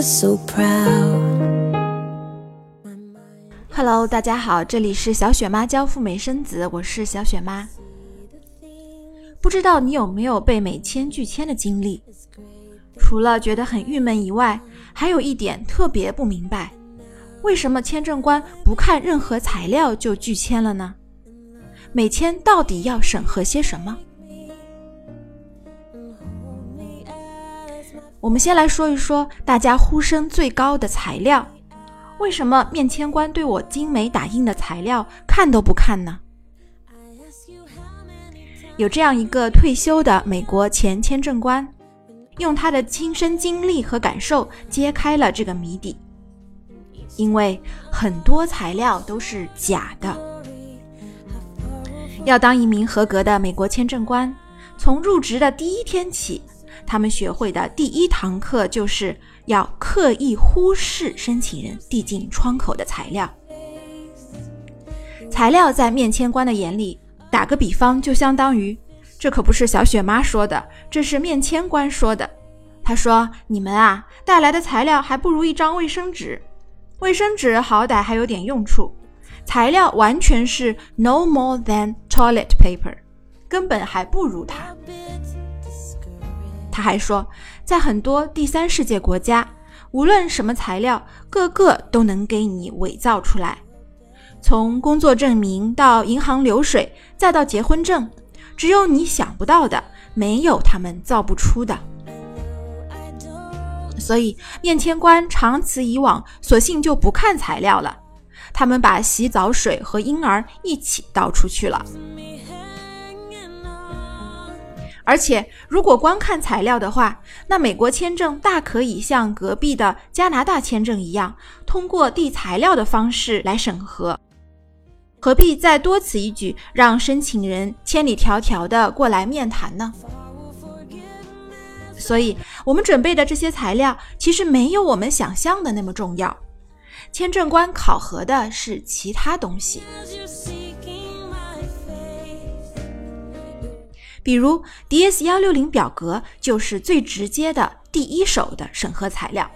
so proud. Hello， 大家好，这里是小雪妈教赴美生子，我是小雪妈。不知道你有没有被美签拒签的经历？除了觉得很郁闷以外，还有一点特别不明白，为什么签证官不看任何材料就拒签了呢？美签到底要审核些什么？我们先来说一说大家呼声最高的材料。为什么面签官对我精美打印的材料看都不看呢？有这样一个退休的美国前签证官，用他的亲身经历和感受揭开了这个谜底。因为很多材料都是假的。要当一名合格的美国签证官，从入职的第一天起，他们学会的第一堂课就是要刻意忽视申请人递进窗口的材料。材料在面签官的眼里，打个比方就相当于，这可不是小雪妈说的，这是面签官说的。他说，你们啊，带来的材料还不如一张卫生纸，卫生纸好歹还有点用处，材料完全是 no more than toilet paper， 根本还不如它。他还说，在很多第三世界国家，无论什么材料，个个都能给你伪造出来。从工作证明到银行流水，再到结婚证，只有你想不到的，没有他们造不出的。所以面签官长此以往，索性就不看材料了，他们把洗澡水和婴儿一起倒出去了。而且如果光看材料的话，那美国签证大可以像隔壁的加拿大签证一样，通过递材料的方式来审核，何必再多此一举，让申请人千里迢迢的过来面谈呢？所以我们准备的这些材料其实没有我们想象的那么重要，签证官考核的是其他东西。比如 DS-160 表格就是最直接的第一手的审核材料。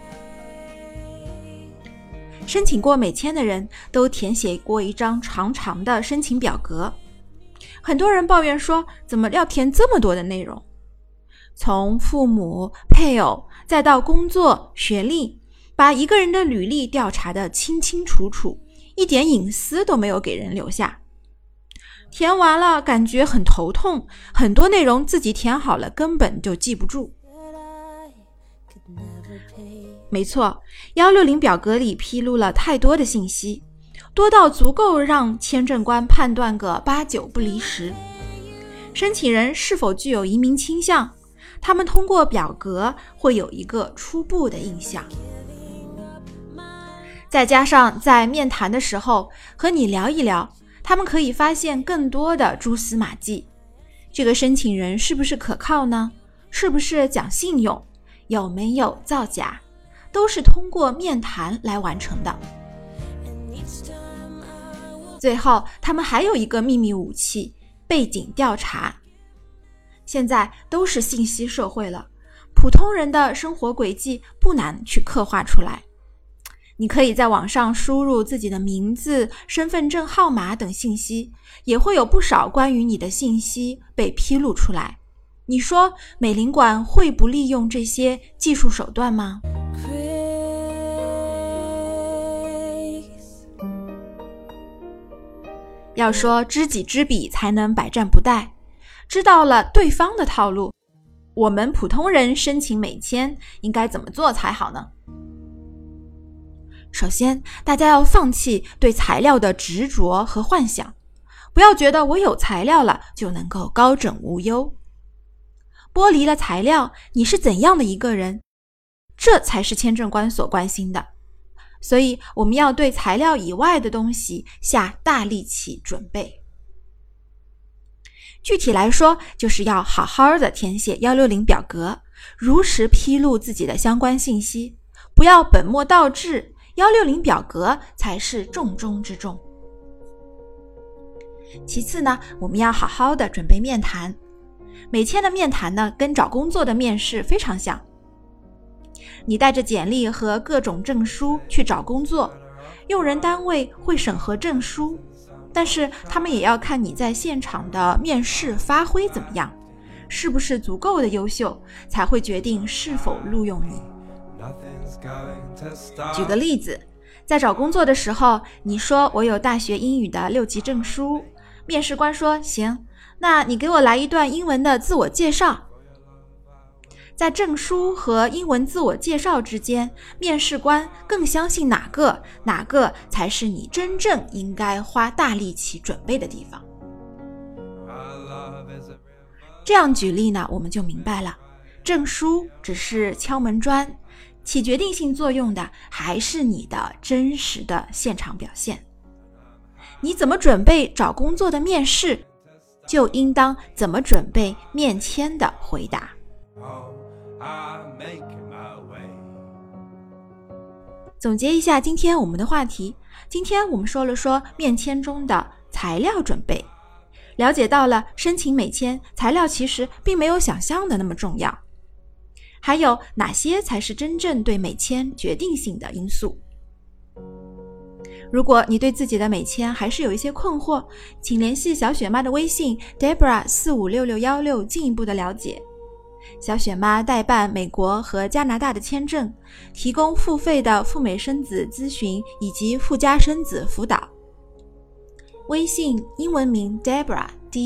申请过美签的人都填写过一张长长的申请表格，很多人抱怨说，怎么要填这么多的内容？从父母、配偶，再到工作、学历，把一个人的履历调查得清清楚楚，一点隐私都没有给人留下。填完了感觉很头痛，很多内容自己填好了根本就记不住。没错，160表格里披露了太多的信息，多到足够让签证官判断个8、9不离10。申请人是否具有移民倾向，他们通过表格会有一个初步的印象。再加上在面谈的时候和你聊一聊，他们可以发现更多的蛛丝马迹。这个申请人是不是可靠呢？是不是讲信用？有没有造假？都是通过面谈来完成的。最后，他们还有一个秘密武器，背景调查。现在都是信息社会了，普通人的生活轨迹不难去刻画出来。你可以在网上输入自己的名字、身份证号码等信息，也会有不少关于你的信息被披露出来。你说美领馆会不利用这些技术手段吗？要说知己知彼才能百战不殆，知道了对方的套路，我们普通人申请美签应该怎么做才好呢？首先，大家要放弃对材料的执着和幻想，不要觉得我有材料了就能够高枕无忧。剥离了材料，你是怎样的一个人，这才是签证官所关心的。所以我们要对材料以外的东西下大力气准备。具体来说，就是要好好的填写160表格，如实披露自己的相关信息，不要本末倒置，160表格才是重中之重。其次呢，我们要好好的准备面谈。美签的面谈呢，跟找工作的面试非常像。 你带着简历和各种证书去找工作，用人单位会审核证书，但是他们也要看你在现场的面试发挥怎么样，是不是足够的优秀，才会决定是否录用你。举个例子，在找工作的时候，你说我有大学英语的6级证书，面试官说行，那你给我来一段英文的自我介绍。在证书和英文自我介绍之间，面试官更相信哪个才是你真正应该花大力气准备的地方。这样举例呢，我们就明白了，证书只是敲门砖，起决定性作用的还是你的真实的现场表现。你怎么准备找工作的面试，就应当怎么准备面签的回答。总结一下今天我们的话题，今天我们说了说面签中的材料准备，了解到了申请美签材料其实并没有想象的那么重要，还有哪些才是真正对美签决定性的因素。如果你对自己的美签还是有一些困惑，请联系小雪妈的微信 Debra456616 进一步的了解。小雪妈代办美国和加拿大的签证，提供付费的赴美生子咨询以及附加生子辅导。微信英文名 Debra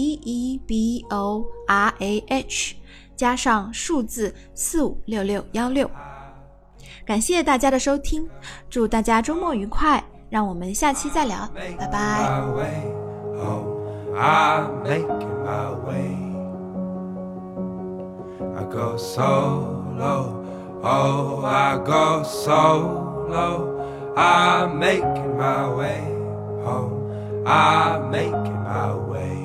DEBORAH 加上数字456616。感谢大家的收听，祝大家周末愉快，让我们下期再聊，拜拜。 I go solo, oh, I go solo. I'm making my way home. I'm making my way